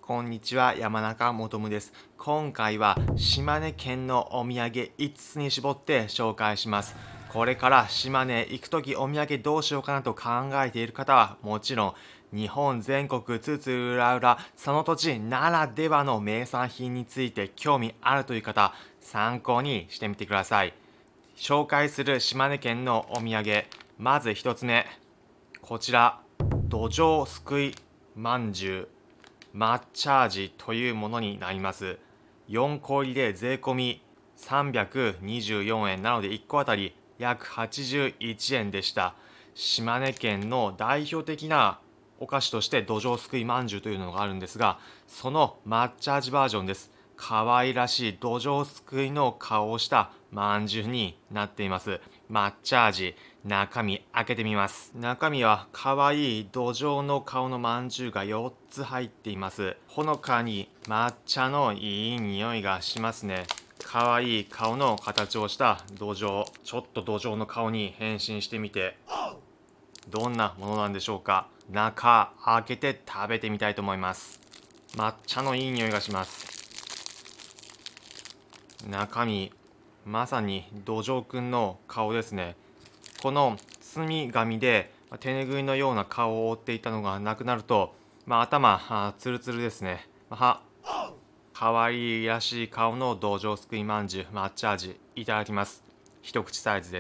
こんにちは、山中もとむです。今回は島根県のお土産5つに絞って紹介します。これから島根行くときお土産どうしようかなと考えている方はもちろん日本全国津々浦々その土地ならではの名産品について興味あるという方参考にしてみてください。紹介する島根県のお土産、まず1つ目、こちら、どじょうすくいまんじゅう。抹茶味というものになります。4個入りで税込み324円なので1個あたり約81円でした。島根県の代表的なお菓子としてどじょうすくいまんじゅうというのがあるんですが、その抹茶味バージョンです。可愛らしいどじょうすくいの顔をしたまんじゅうになっています。抹茶味、中身開けてみます。中身は可愛いどじょうの顔のまんじゅうが4つ入っています。ほのかに抹茶のいい匂いがしますね。可愛い顔の形をしたどじょう。ちょっとどじょうの顔に変身してみて、どんなものなんでしょうか。中開けて食べてみたいと思います。抹茶のいい匂いがします。中身、まさにどじょうくんの顔ですね。この包み紙で手ぬぐいのような顔を覆っていたのがなくなると、頭ツルツルですね。可愛いらしい顔のどじょうすくいまんじゅう抹茶味いただきます。一口サイズです。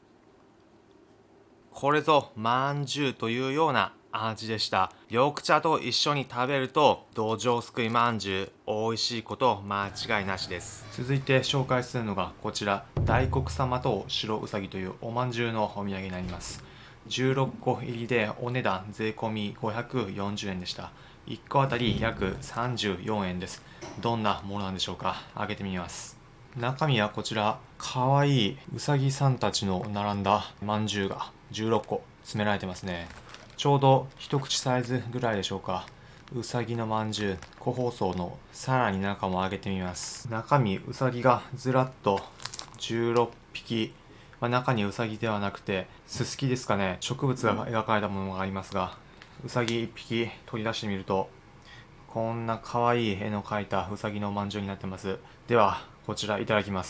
これぞまんじゅうというような味でした。緑茶と一緒に食べるとどじょうすくいまんじゅう美味しいこと間違いなしです。続いて紹介するのがこちら、大黒様と白うさぎというおまんじゅうのお土産になります。16個入りでお値段税込み540円でした。1個あたり約34円です。どんなものなんでしょうか。開けてみます。中身はこちら、かわいいうさぎさんたちの並んだまんじゅうが16個詰められてますね。ちょうど一口サイズぐらいでしょうか。うさぎのまんじゅう、個包装のさらに中も開けてみます。中身うさぎがずらっと16匹、中にうさぎではなくてすすきですかね、植物が描かれたものがありますが、うさぎ1匹取り出してみるとこんな可愛い絵の描いたうさぎのおまんじゅうになってます。ではこちらいただきます。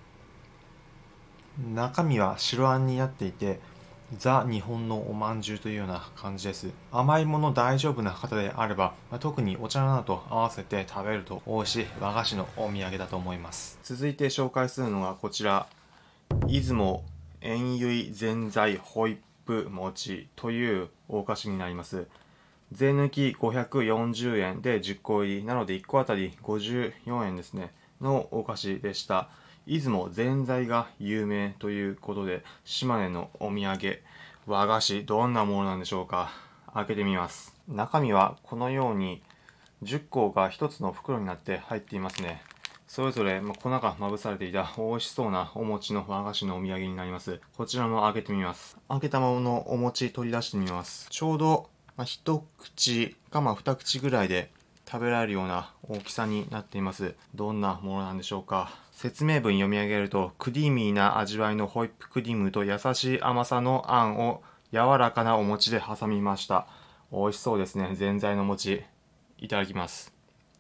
中身は白あんになっていて、ザ日本のおまんじゅうというような感じです。甘いもの大丈夫な方であれば、特にお茶などと合わせて食べると美味しい和菓子のお土産だと思います。続いて紹介するのがこちら、出雲塩ゆぜんざいホイップ餅というお菓子になります。税抜き540円で10個入りなので1個あたり54円ですねのお菓子でした。出雲ぜんざいが有名ということで、島根のお土産和菓子どんなものなんでしょうか。開けてみます。中身はこのように10個が1つの袋になって入っていますね。それぞれ粉がまぶされていた美味しそうなお餅の和菓子のお土産になります。こちらも開けてみます。開けたもののお餅取り出してみます。ちょうど一口か二口ぐらいで食べられるような大きさになっています。どんなものなんでしょうか。説明文読み上げると、クリーミーな味わいのホイップクリームと優しい甘さのあんを柔らかなお餅で挟みました。美味しそうですね。ぜんざいの餅いただきます。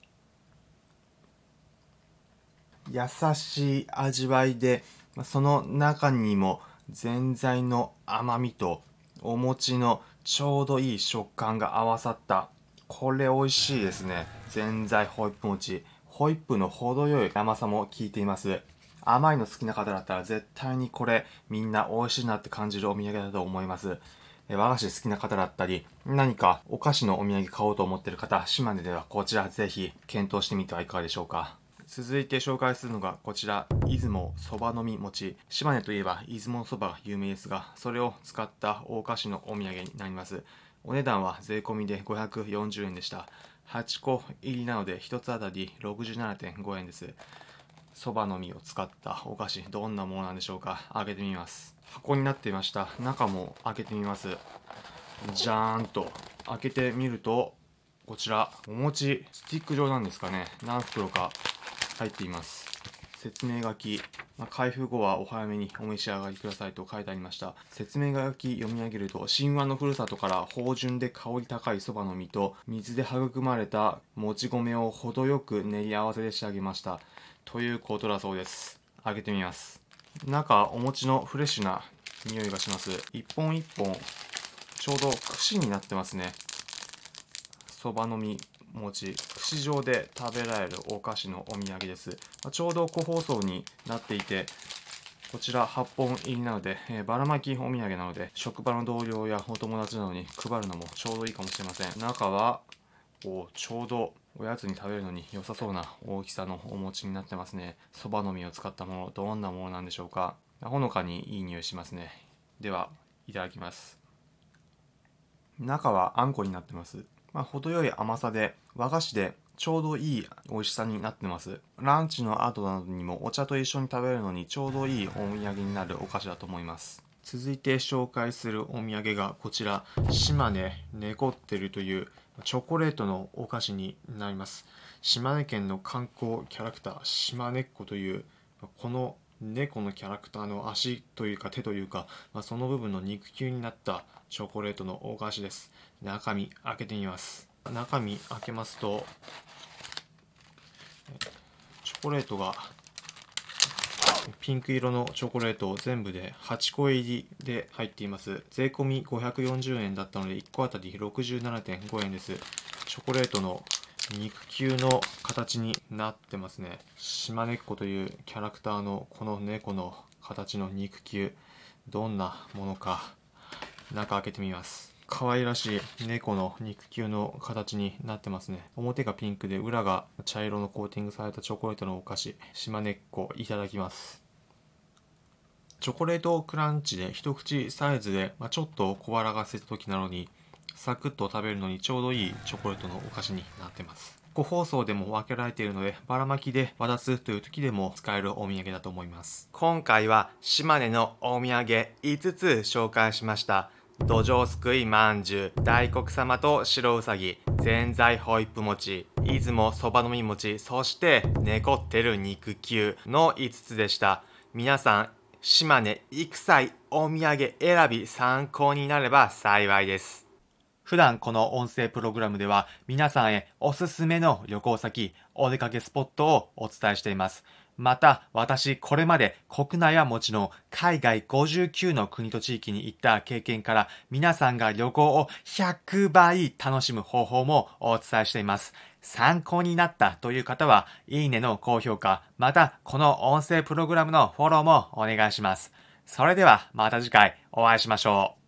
優しい味わいで、その中にもぜんざいの甘みとお餅のちょうどいい食感が合わさった、これ美味しいですね。ぜんざいホイップ餅、ホイップの程よい甘さも効いています。甘いの好きな方だったら絶対にこれみんな美味しいなって感じるお土産だと思います。和菓子好きな方だったり、何かお菓子のお土産買おうと思っている方、島根ではこちらぜひ検討してみてはいかがでしょうか。続いて紹介するのがこちら、出雲そばのみ餅。島根といえば出雲そばが有名ですが、それを使った大菓子のお土産になります。お値段は税込みで540円でした。8個入りなので1つあたり67.5円です。そばの実を使ったお菓子、どんなものなんでしょうか。開けてみます。箱になっていました。中も開けてみます。じゃーんと開けてみると、こちらお餅スティック状なんですかね、何袋か入っています。説明書き、 開封後はお早めにお召し上がりくださいと書いてありました。説明書き読み上げると、神話のふるさとから芳醇で香り高いそばの実と水で育まれたもち米を程よく練り合わせで仕上げましたということだそうです。開けてみます。中、お餅のフレッシュな匂いがします。一本一本ちょうど串になってますね。そばの実餅、串状で食べられるお菓子のお土産です。ちょうど個包装になっていて、こちら8本入りなので、ばらまきお土産なので、職場の同僚やお友達などに配るのもちょうどいいかもしれません。中はちょうどおやつに食べるのに良さそうな大きさのお餅になってますね。そばの実を使ったもの、どんなものなんでしょうか。ほのかにいい匂いしますね。では、いただきます。中はあんこになってます。程よい甘さで、和菓子でちょうどいい美味しさになってます。ランチの後などにもお茶と一緒に食べるのにちょうどいいお土産になるお菓子だと思います。続いて紹介するお土産がこちら、島根ねこってるというチョコレートのお菓子になります。島根県の観光キャラクター、島根っこという、この猫のキャラクターの足というか手というか、その部分の肉球になったチョコレートのお菓子です。中身開けてみます。中身開けますと、チョコレートがピンク色のチョコレート全部で8個入りで入っています。税込み540円だったので1個あたり 67.5 円です。チョコレートの肉球の形になってますね。島根っこというキャラクターのこの猫の形の肉球、どんなものか中開けてみます。可愛らしい猫の肉球の形になってますね。表がピンクで裏が茶色のコーティングされたチョコレートのお菓子、島根っこいただきます。チョコレートクランチで一口サイズで、ちょっと小腹が空いた時なのにサクッと食べるのにちょうどいいチョコレートのお菓子になってます。個包装でも分けられているので、ばらまきで渡すという時でも使えるお土産だと思います。今回は島根のお土産5つ紹介しました。どじょうすくいまんじゅう、大黒様と白うさぎ、ぜんざいホイップ餅、出雲そばの実餅、そして猫ってる肉球の5つでした。皆さん、島根行く際お土産選び参考になれば幸いです。普段この音声プログラムでは皆さんへおすすめの旅行先、お出かけスポットをお伝えしています。また、私、これまで国内はもちろん海外59の国と地域に行った経験から皆さんが旅行を100倍楽しむ方法もお伝えしています。参考になったという方は、いいねの高評価、またこの音声プログラムのフォローもお願いします。それではまた次回お会いしましょう。